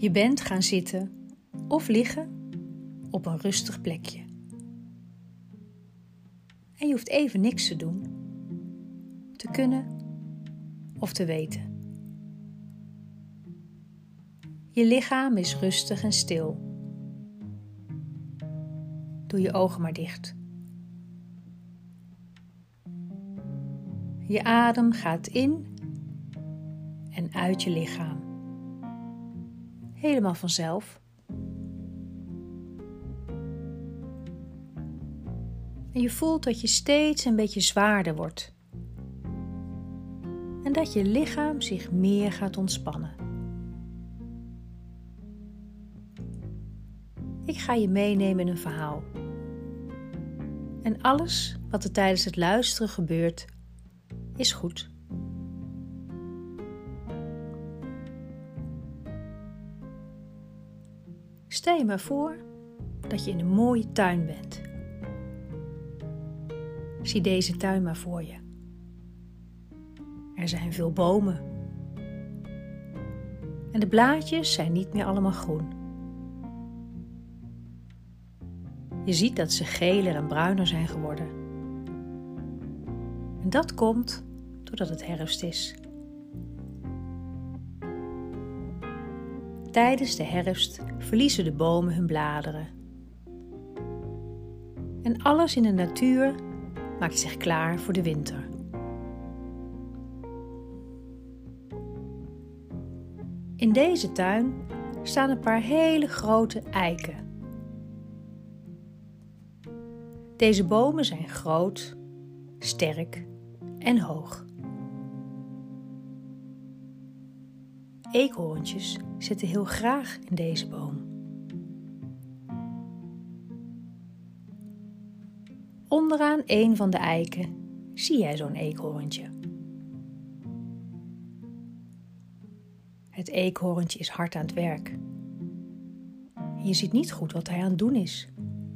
Je bent gaan zitten of liggen op een rustig plekje. En je hoeft even niks te doen, te kunnen of te weten. Je lichaam is rustig en stil. Doe je ogen maar dicht. Je adem gaat in en uit je lichaam. Helemaal vanzelf. En je voelt dat je steeds een beetje zwaarder wordt. En dat je lichaam zich meer gaat ontspannen. Ik ga je meenemen in een verhaal. En alles wat er tijdens het luisteren gebeurt, is goed. Stel je maar voor dat je in een mooie tuin bent. Zie deze tuin maar voor je. Er zijn veel bomen. En de blaadjes zijn niet meer allemaal groen. Je ziet dat ze geler en bruiner zijn geworden. En dat komt doordat het herfst is. Tijdens de herfst verliezen de bomen hun bladeren. En alles in de natuur maakt zich klaar voor de winter. In deze tuin staan een paar hele grote eiken. Deze bomen zijn groot, sterk en hoog. Eekhoorntjes zitten heel graag in deze boom. Onderaan een van de eiken zie jij zo'n eekhoorntje. Het eekhoorntje is hard aan het werk. Je ziet niet goed wat hij aan het doen is.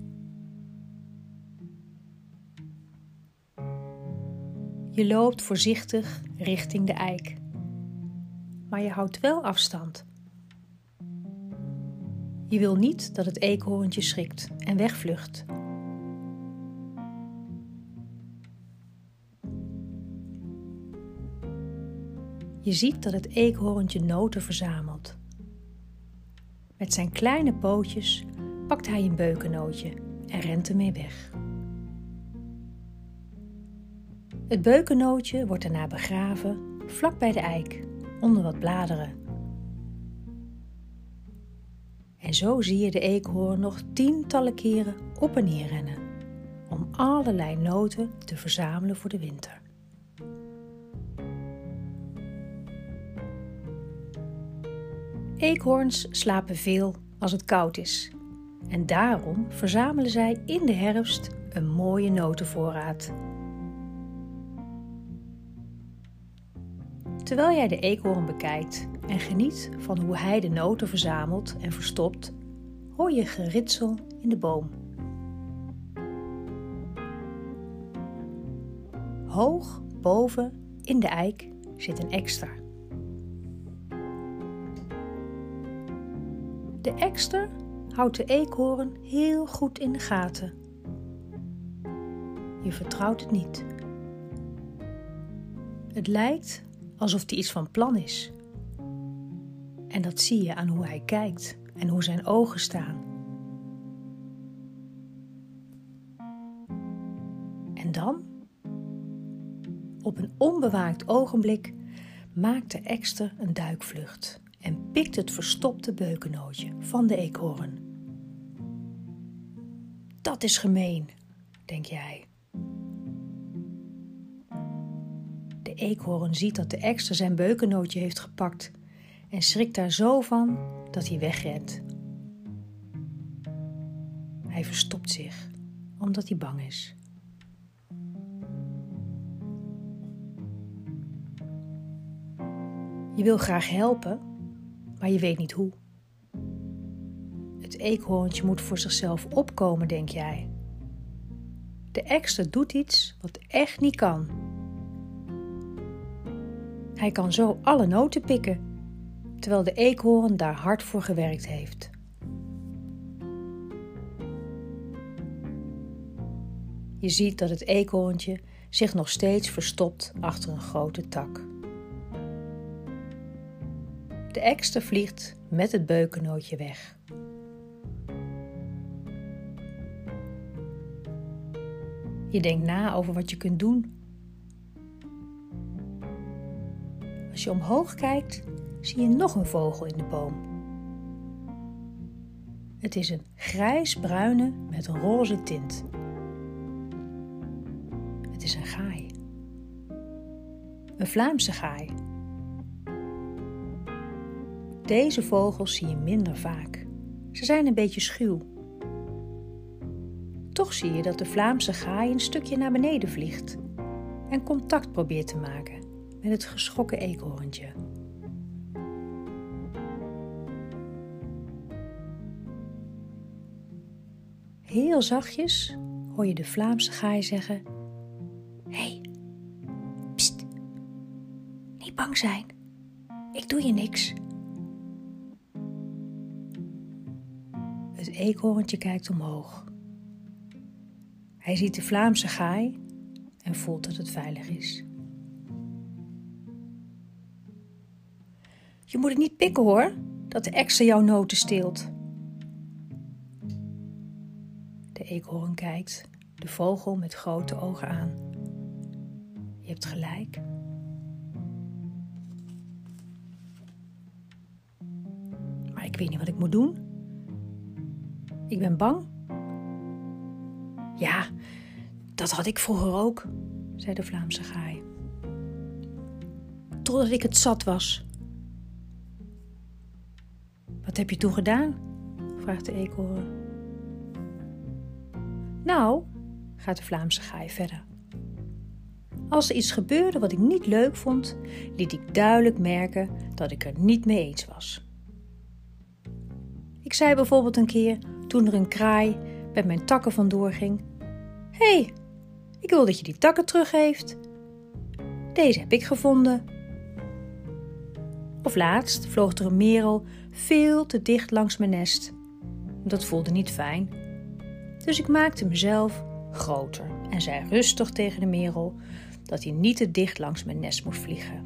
Je loopt voorzichtig richting de eik. Maar je houdt wel afstand. Je wil niet dat het eekhoorntje schrikt en wegvlucht. Je ziet dat het eekhoorntje noten verzamelt. Met zijn kleine pootjes pakt hij een beukennootje en rent ermee weg. Het beukennootje wordt daarna begraven vlak bij de eik, onder wat bladeren. En zo zie je de eekhoorn nog tientallen keren op en neer rennen, om allerlei noten te verzamelen voor de winter. Eekhoorns slapen veel als het koud is. En daarom verzamelen zij in de herfst een mooie notenvoorraad. Terwijl jij de eekhoorn bekijkt en geniet van hoe hij de noten verzamelt en verstopt, hoor je geritsel in de boom. Hoog boven in de eik zit een ekster. De ekster houdt de eekhoorn heel goed in de gaten. Je vertrouwt het niet. Het lijkt alsof hij iets van plan is. En dat zie je aan hoe hij kijkt en hoe zijn ogen staan. En dan, op een onbewaakt ogenblik, maakt de ekster een duikvlucht en pikt het verstopte beukennootje van de eekhoorn. Dat is gemeen, denk jij. De eekhoorn ziet dat de ekster zijn beukennootje heeft gepakt en schrikt daar zo van dat hij wegrent. Hij verstopt zich, omdat hij bang is. Je wil graag helpen, maar je weet niet hoe. Het eekhoorntje moet voor zichzelf opkomen, denk jij. De ekster doet iets wat echt niet kan. Hij kan zo alle noten pikken, terwijl de eekhoorn daar hard voor gewerkt heeft. Je ziet dat het eekhoorntje zich nog steeds verstopt achter een grote tak. De ekster vliegt met het beukennootje weg. Je denkt na over wat je kunt doen. Als je omhoog kijkt, zie je nog een vogel in de boom. Het is een grijsbruine met een roze tint. Het is een gaai. Een Vlaamse gaai. Deze vogels zie je minder vaak. Ze zijn een beetje schuw. Toch zie je dat de Vlaamse gaai een stukje naar beneden vliegt en contact probeert te maken met het geschrokken eekhoorntje. Heel zachtjes hoor je de Vlaamse gaai zeggen: "Hé, pst, niet bang zijn, ik doe je niks." Het eekhoorntje kijkt omhoog. Hij ziet de Vlaamse gaai en voelt dat het veilig is. Je moet het niet pikken hoor, dat de ekster jouw noten steelt. De eekhoorn kijkt de vogel met grote ogen aan. Je hebt gelijk. Maar ik weet niet wat ik moet doen. Ik ben bang. Ja, dat had ik vroeger ook, zei de Vlaamse gaai. Totdat ik het zat was. Wat heb je toen gedaan? Vraagt de eekhoorn. Nou, gaat de Vlaamse gaai verder. Als er iets gebeurde wat ik niet leuk vond, liet ik duidelijk merken dat ik er niet mee eens was. Ik zei bijvoorbeeld een keer, toen er een kraai met mijn takken vandoor ging: "Hé, ik wil dat je die takken teruggeeft. Deze heb ik gevonden." Of laatst vloog er een merel veel te dicht langs mijn nest. Dat voelde niet fijn. Dus ik maakte mezelf groter en zei rustig tegen de merel dat hij niet te dicht langs mijn nest moest vliegen.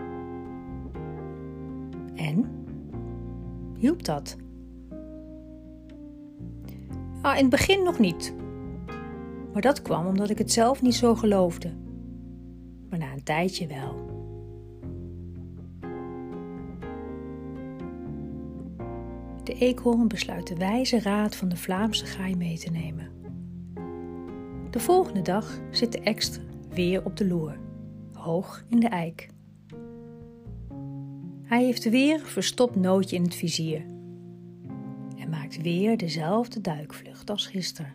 En? Hielp dat? In het begin nog niet. Maar dat kwam omdat ik het zelf niet zo geloofde. Maar na een tijdje wel. De eekhoorn besluit de wijze raad van de Vlaamse gaai mee te nemen. De volgende dag zit de ekster weer op de loer, hoog in de eik. Hij heeft weer een verstopt nootje in het vizier en maakt weer dezelfde duikvlucht als gisteren.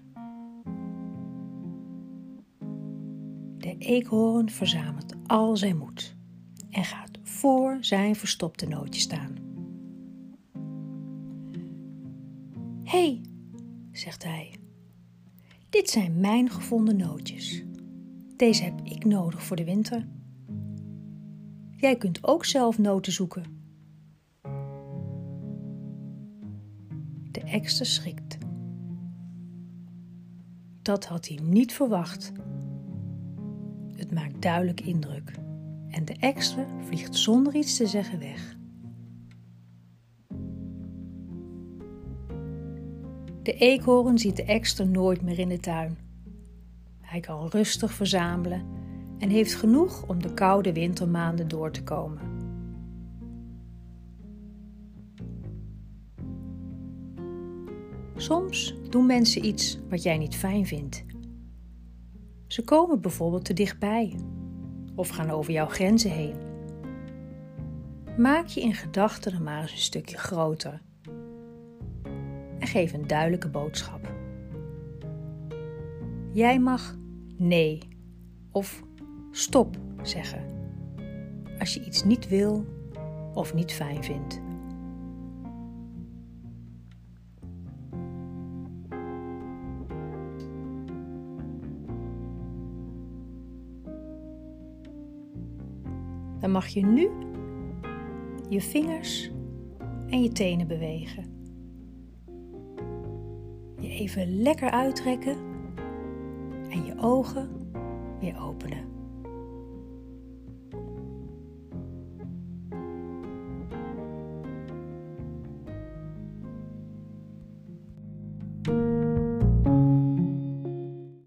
De eekhoorn verzamelt al zijn moed en gaat voor zijn verstopte nootje staan. "Hé," zegt hij, "dit zijn mijn gevonden nootjes. Deze heb ik nodig voor de winter. Jij kunt ook zelf noten zoeken." De ekster schrikt. Dat had hij niet verwacht. Het maakt duidelijk indruk en de ekster vliegt zonder iets te zeggen weg. De eekhoorn ziet de ekster nooit meer in de tuin. Hij kan rustig verzamelen en heeft genoeg om de koude wintermaanden door te komen. Soms doen mensen iets wat jij niet fijn vindt. Ze komen bijvoorbeeld te dichtbij of gaan over jouw grenzen heen. Maak je in gedachten dan maar eens een stukje groter. En geef een duidelijke boodschap. Jij mag nee of stop zeggen als je iets niet wil of niet fijn vindt. Dan mag je nu je vingers en je tenen bewegen. Je even lekker uittrekken en je ogen weer openen.